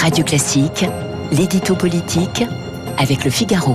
Radio Classique, l'édito politique avec Le Figaro.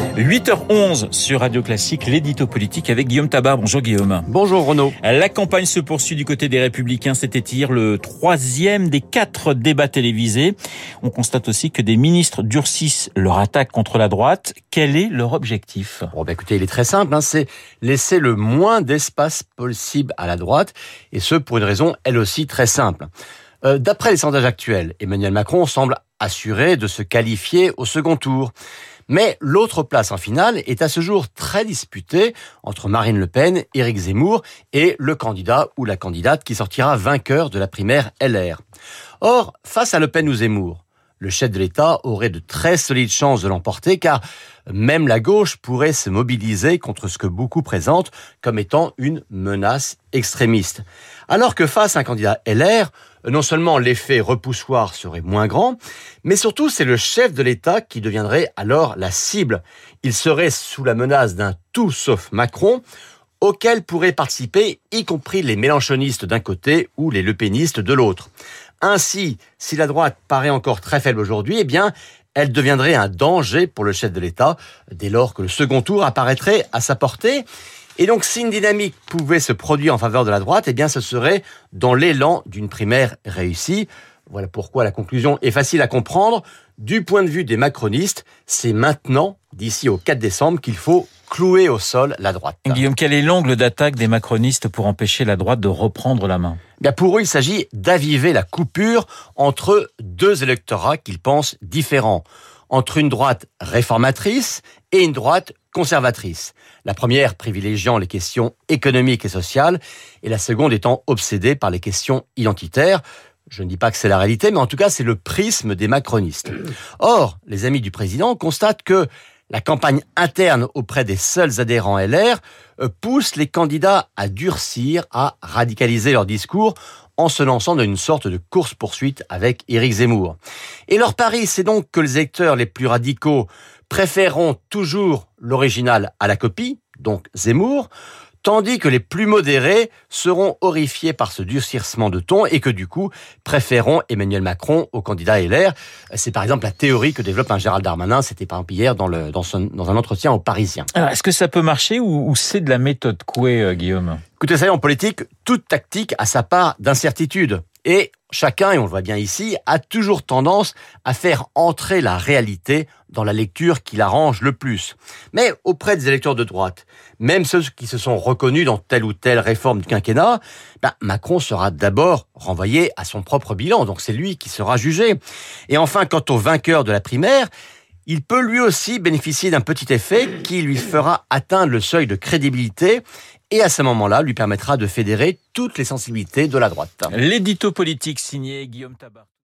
8h11 sur Radio Classique, l'édito politique avec Guillaume Tabar. Bonjour Guillaume. Bonjour Renaud. La campagne se poursuit du côté des Républicains. C'était hier le 3e des 4 débats télévisés. On constate aussi que des ministres durcissent leur attaque contre la droite. Quel est leur objectif ? Écoutez, il est très simple, c'est laisser le moins d'espace possible à la droite, et ce pour une raison, elle aussi, très simple. D'après les sondages actuels, Emmanuel Macron semble assuré de se qualifier au second tour. Mais l'autre place en finale est à ce jour très disputée entre Marine Le Pen, Éric Zemmour et le candidat ou la candidate qui sortira vainqueur de la primaire LR. Or, face à Le Pen ou Zemmour, le chef de l'État aurait de très solides chances de l'emporter car même la gauche pourrait se mobiliser contre ce que beaucoup présentent comme étant une menace extrémiste. Alors que face à un candidat LR, non seulement l'effet repoussoir serait moins grand, mais surtout c'est le chef de l'État qui deviendrait alors la cible. Il serait sous la menace d'un tout sauf Macron, auquel pourraient participer y compris les mélenchonistes d'un côté ou les lepénistes de l'autre. Ainsi, si la droite paraît encore très faible aujourd'hui, elle deviendrait un danger pour le chef de l'État dès lors que le second tour apparaîtrait à sa portée. Et donc, si une dynamique pouvait se produire en faveur de la droite, ce serait dans l'élan d'une primaire réussie. Voilà pourquoi la conclusion est facile à comprendre. Du point de vue des macronistes, c'est maintenant, d'ici au 4 décembre, qu'il faut clouer au sol la droite. Guillaume, quel est l'angle d'attaque des macronistes pour empêcher la droite de reprendre la main ? Pour eux, il s'agit d'aviver la coupure entre deux électorats qu'ils pensent différents. Entre une droite réformatrice et une droite conservatrice. La première privilégiant les questions économiques et sociales et la seconde étant obsédée par les questions identitaires. Je ne dis pas que c'est la réalité, mais en tout cas, c'est le prisme des macronistes. Or, les amis du président constatent que la campagne interne auprès des seuls adhérents LR pousse les candidats à durcir, à radicaliser leur discours en se lançant dans une sorte de course-poursuite avec Éric Zemmour. Et leur pari, c'est donc que les électeurs les plus radicaux préféreront toujours l'original à la copie, donc Zemmour, tandis que les plus modérés seront horrifiés par ce durcissement de ton et que du coup préféreront Emmanuel Macron au candidat LR. C'est par exemple la théorie que développe un Gérald Darmanin, c'était par exemple hier dans un entretien au Parisien. Alors, est-ce que ça peut marcher ou c'est de la méthode Coué, Guillaume ? Écoutez, vous savez, en politique, toute tactique a sa part d'incertitude. Et chacun, et on le voit bien ici, a toujours tendance à faire entrer la réalité dans la lecture qui l'arrange le plus. Mais auprès des électeurs de droite, même ceux qui se sont reconnus dans telle ou telle réforme du quinquennat, Macron sera d'abord renvoyé à son propre bilan, donc c'est lui qui sera jugé. Et enfin, quant au vainqueur de la primaire, il peut lui aussi bénéficier d'un petit effet qui lui fera atteindre le seuil de crédibilité et à ce moment-là, lui permettra de fédérer toutes les sensibilités de la droite. L'édito politique signé Guillaume Tabar.